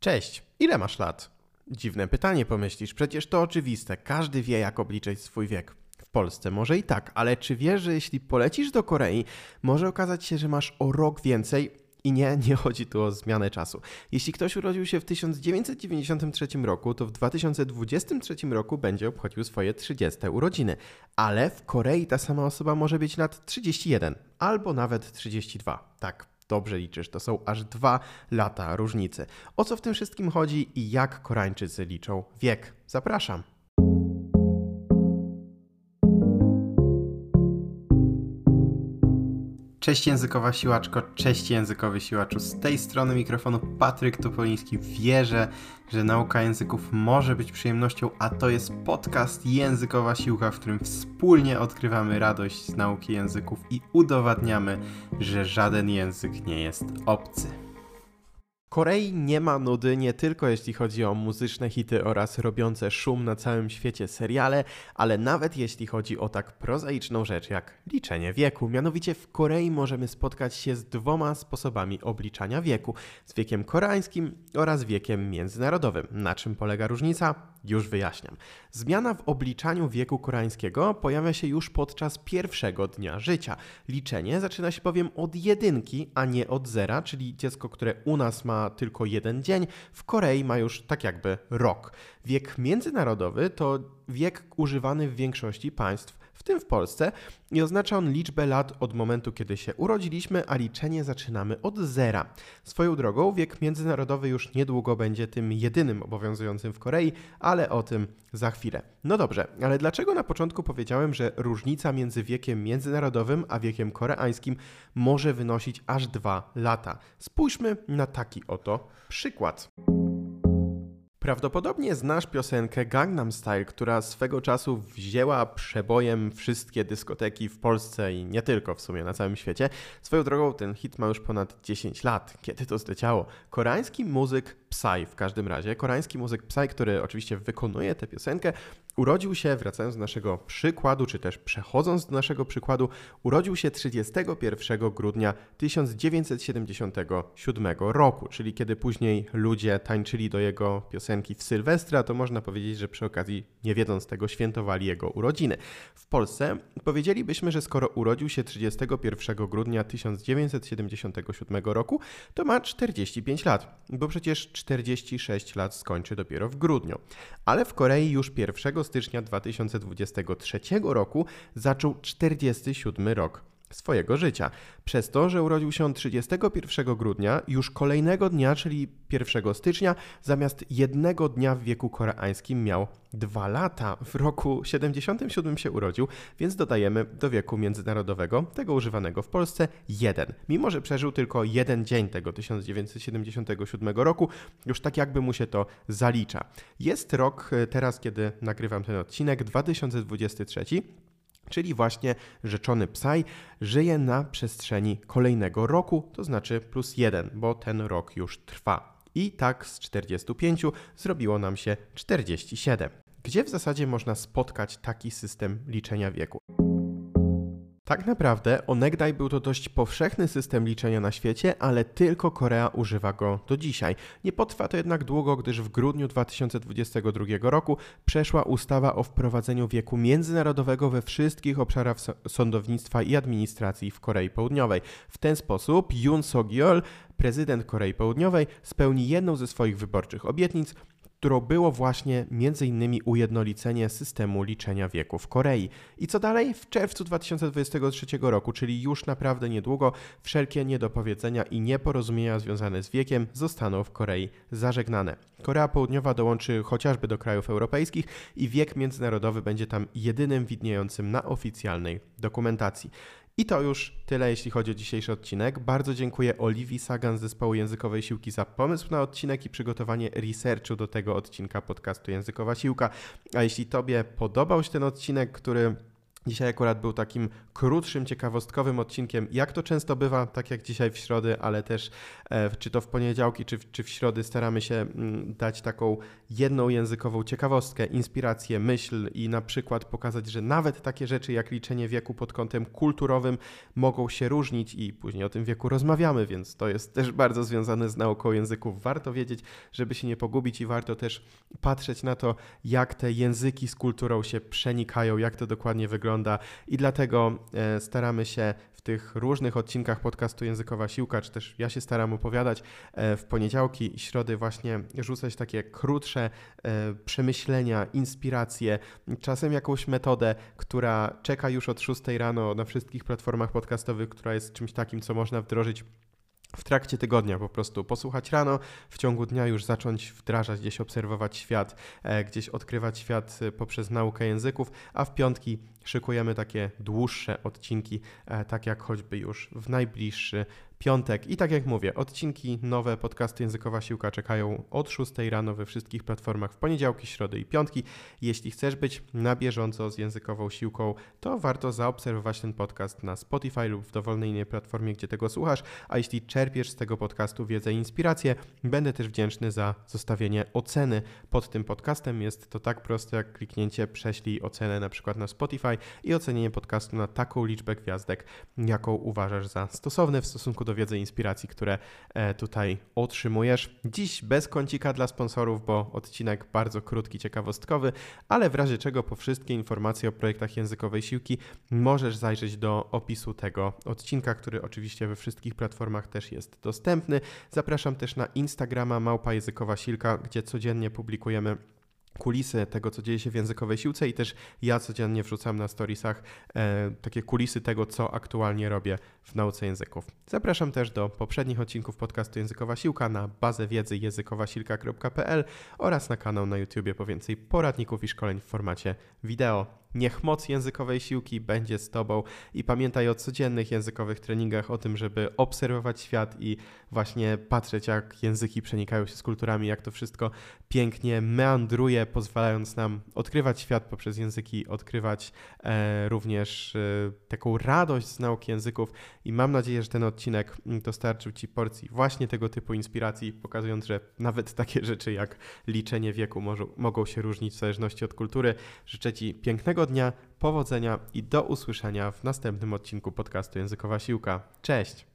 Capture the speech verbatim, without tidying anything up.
Cześć, ile masz lat? Dziwne pytanie, pomyślisz, przecież to oczywiste, każdy wie, jak obliczyć swój wiek. W Polsce może i tak, ale czy wiesz, że jeśli polecisz do Korei, może okazać się, że masz o rok więcej? I nie, nie chodzi tu o zmianę czasu. Jeśli ktoś urodził się w tysiąc dziewięćset dziewięćdziesiątym trzecim roku, to w dwa tysiące dwudziestym trzecim roku będzie obchodził swoje trzydzieste urodziny. Ale w Korei ta sama osoba może mieć lat trzydzieści jeden albo nawet trzydzieści dwa. Tak. Dobrze liczysz, to są aż dwa lata różnicy. O co w tym wszystkim chodzi i jak Koreańczycy liczą wiek? Zapraszam. Cześć językowa siłaczko, cześć językowy siłaczu. Z tej strony mikrofonu Patryk Topoliński. Wierzę, że nauka języków może być przyjemnością, a to jest podcast Językowa Siłka, w którym wspólnie odkrywamy radość z nauki języków i udowadniamy, że żaden język nie jest obcy. Korei nie ma nudy nie tylko jeśli chodzi o muzyczne hity oraz robiące szum na całym świecie seriale, ale nawet jeśli chodzi o tak prozaiczną rzecz jak liczenie wieku. Mianowicie w Korei możemy spotkać się z dwoma sposobami obliczania wieku. Z wiekiem koreańskim oraz wiekiem międzynarodowym. Na czym polega różnica? Już wyjaśniam. Zmiana w obliczaniu wieku koreańskiego pojawia się już podczas pierwszego dnia życia. Liczenie zaczyna się bowiem od jedynki, a nie od zera, czyli dziecko, które u nas ma tylko jeden dzień, w Korei ma już tak jakby rok. Wiek międzynarodowy to wiek używany w większości państw, w tym w Polsce, i oznacza on liczbę lat od momentu, kiedy się urodziliśmy, a liczenie zaczynamy od zera. Swoją drogą wiek międzynarodowy już niedługo będzie tym jedynym obowiązującym w Korei, ale o tym za chwilę. No dobrze, ale dlaczego na początku powiedziałem, że różnica między wiekiem międzynarodowym a wiekiem koreańskim może wynosić aż dwa lata? Spójrzmy na taki oto przykład. Prawdopodobnie znasz piosenkę Gangnam Style, która swego czasu wzięła przebojem wszystkie dyskoteki w Polsce i nie tylko w sumie na całym świecie. Swoją drogą ten hit ma już ponad dziesięć lat. Kiedy to zleciało? Koreański muzyk Psy w każdym razie, koreański muzyk Psy, który oczywiście wykonuje tę piosenkę, urodził się, wracając do naszego przykładu, czy też przechodząc do naszego przykładu, urodził się trzydziestego pierwszego grudnia tysiąc dziewięćset siedemdziesiątego siódmego roku, czyli kiedy później ludzie tańczyli do jego piosenki w Sylwestra, to można powiedzieć, że przy okazji, nie wiedząc tego, świętowali jego urodziny. W Polsce powiedzielibyśmy, że skoro urodził się trzydziestego pierwszego grudnia tysiąc dziewięćset siedemdziesiątego siódmego roku, to ma czterdzieści pięć lat, bo przecież czterdzieści sześć lat skończy dopiero w grudniu. Ale w Korei już pierwszego stycznia dwa tysiące dwudziestego trzeciego roku zaczął czterdziesty siódmy rok swojego życia. Przez to, że urodził się on trzydziestego pierwszego grudnia, już kolejnego dnia, czyli pierwszego stycznia, zamiast jednego dnia w wieku koreańskim miał dwa lata. W roku siedemdziesiątym siódmym się urodził, więc dodajemy do wieku międzynarodowego, tego używanego w Polsce, jeden. Mimo że przeżył tylko jeden dzień tego tysiąc dziewięćset siedemdziesiątego siódmego roku, już tak jakby mu się to zalicza. Jest rok teraz, kiedy nagrywam ten odcinek, dwa tysiące dwudziesty trzeci. Czyli właśnie rzeczony Psy żyje na przestrzeni kolejnego roku, to znaczy plus jeden, bo ten rok już trwa. I tak z czterdziestu pięciu zrobiło nam się czterdzieści siedem. Gdzie w zasadzie można spotkać taki system liczenia wieku? Tak naprawdę onegdaj był to dość powszechny system liczenia na świecie, ale tylko Korea używa go do dzisiaj. Nie potrwa to jednak długo, gdyż w grudniu dwa tysiące dwudziestego drugiego roku przeszła ustawa o wprowadzeniu wieku międzynarodowego we wszystkich obszarach sądownictwa i administracji w Korei Południowej. W ten sposób Yoon Suk-yeol, prezydent Korei Południowej, spełni jedną ze swoich wyborczych obietnic, którą było właśnie między innymi ujednolicenie systemu liczenia wieku w Korei. I co dalej? W czerwcu dwa tysiące dwudziestego trzeciego roku, czyli już naprawdę niedługo, wszelkie niedopowiedzenia i nieporozumienia związane z wiekiem zostaną w Korei zażegnane. Korea Południowa dołączy chociażby do krajów europejskich i wiek międzynarodowy będzie tam jedynym widniejącym na oficjalnej dokumentacji. I to już tyle, jeśli chodzi o dzisiejszy odcinek. Bardzo dziękuję Oliwii Sagan z zespołu Językowej Siłki za pomysł na odcinek i przygotowanie researchu do tego odcinka podcastu Językowa Siłka. A jeśli Tobie podobał się ten odcinek, który Dzisiaj akurat był takim krótszym, ciekawostkowym odcinkiem, jak to często bywa, tak jak dzisiaj w środę, ale też e, czy to w poniedziałki, czy, czy w środy staramy się mm, dać taką jedną językową ciekawostkę, inspirację, myśl i na przykład pokazać, że nawet takie rzeczy jak liczenie wieku pod kątem kulturowym mogą się różnić i później o tym wieku rozmawiamy, więc to jest też bardzo związane z nauką języków. Warto wiedzieć, żeby się nie pogubić i warto też patrzeć na to, jak te języki z kulturą się przenikają, jak to dokładnie wygląda. I dlatego e, staramy się w tych różnych odcinkach podcastu Językowa Siłka, czy też ja się staram opowiadać e, w poniedziałki i środy właśnie rzucać takie krótsze e, przemyślenia, inspiracje, czasem jakąś metodę, która czeka już od szóstej rano na wszystkich platformach podcastowych, która jest czymś takim, co można wdrożyć w trakcie tygodnia, po prostu posłuchać rano, w ciągu dnia już zacząć wdrażać, gdzieś obserwować świat, e, gdzieś odkrywać świat poprzez naukę języków, a w piątki szykujemy takie dłuższe odcinki, e, tak jak choćby już w najbliższy piątek. I tak jak mówię, odcinki nowe podcastu Językowa Siłka czekają od szóstej rano we wszystkich platformach w poniedziałki, środy i piątki. Jeśli chcesz być na bieżąco z Językową Siłką, to warto zaobserwować ten podcast na Spotify lub w dowolnej innej platformie, gdzie tego słuchasz, a jeśli czerpiesz z tego podcastu wiedzę i inspirację, będę też wdzięczny za zostawienie oceny pod tym podcastem. Jest to tak proste jak kliknięcie prześlij ocenę na przykład na Spotify i ocenienie podcastu na taką liczbę gwiazdek, jaką uważasz za stosowne w stosunku do wiedzy i inspiracji, które tutaj otrzymujesz. Dziś bez kącika dla sponsorów, bo odcinek bardzo krótki, ciekawostkowy, ale w razie czego po wszystkie informacje o projektach Językowej Siłki możesz zajrzeć do opisu tego odcinka, który oczywiście we wszystkich platformach też jest dostępny. Zapraszam też na Instagrama małpa językowa siłka, gdzie codziennie publikujemy kulisy tego, co dzieje się w Językowej Siłce i też ja codziennie wrzucam na storiesach e, takie kulisy tego, co aktualnie robię w nauce języków. Zapraszam też do poprzednich odcinków podcastu Językowa Siłka na bazę wiedzy językowasilka kropka p l oraz na kanał na YouTubie po więcej poradników i szkoleń w formacie wideo. Niech moc Językowej Siłki będzie z Tobą i pamiętaj o codziennych językowych treningach, o tym, żeby obserwować świat i właśnie patrzeć, jak języki przenikają się z kulturami, jak to wszystko pięknie meandruje, pozwalając nam odkrywać świat poprzez języki, odkrywać e, również e, taką radość z nauki języków i mam nadzieję, że ten odcinek dostarczył Ci porcji właśnie tego typu inspiracji, pokazując, że nawet takie rzeczy jak liczenie wieku może, mogą się różnić w zależności od kultury. Życzę Ci pięknego dnia, powodzenia i do usłyszenia w następnym odcinku podcastu Językowa Siłka. Cześć!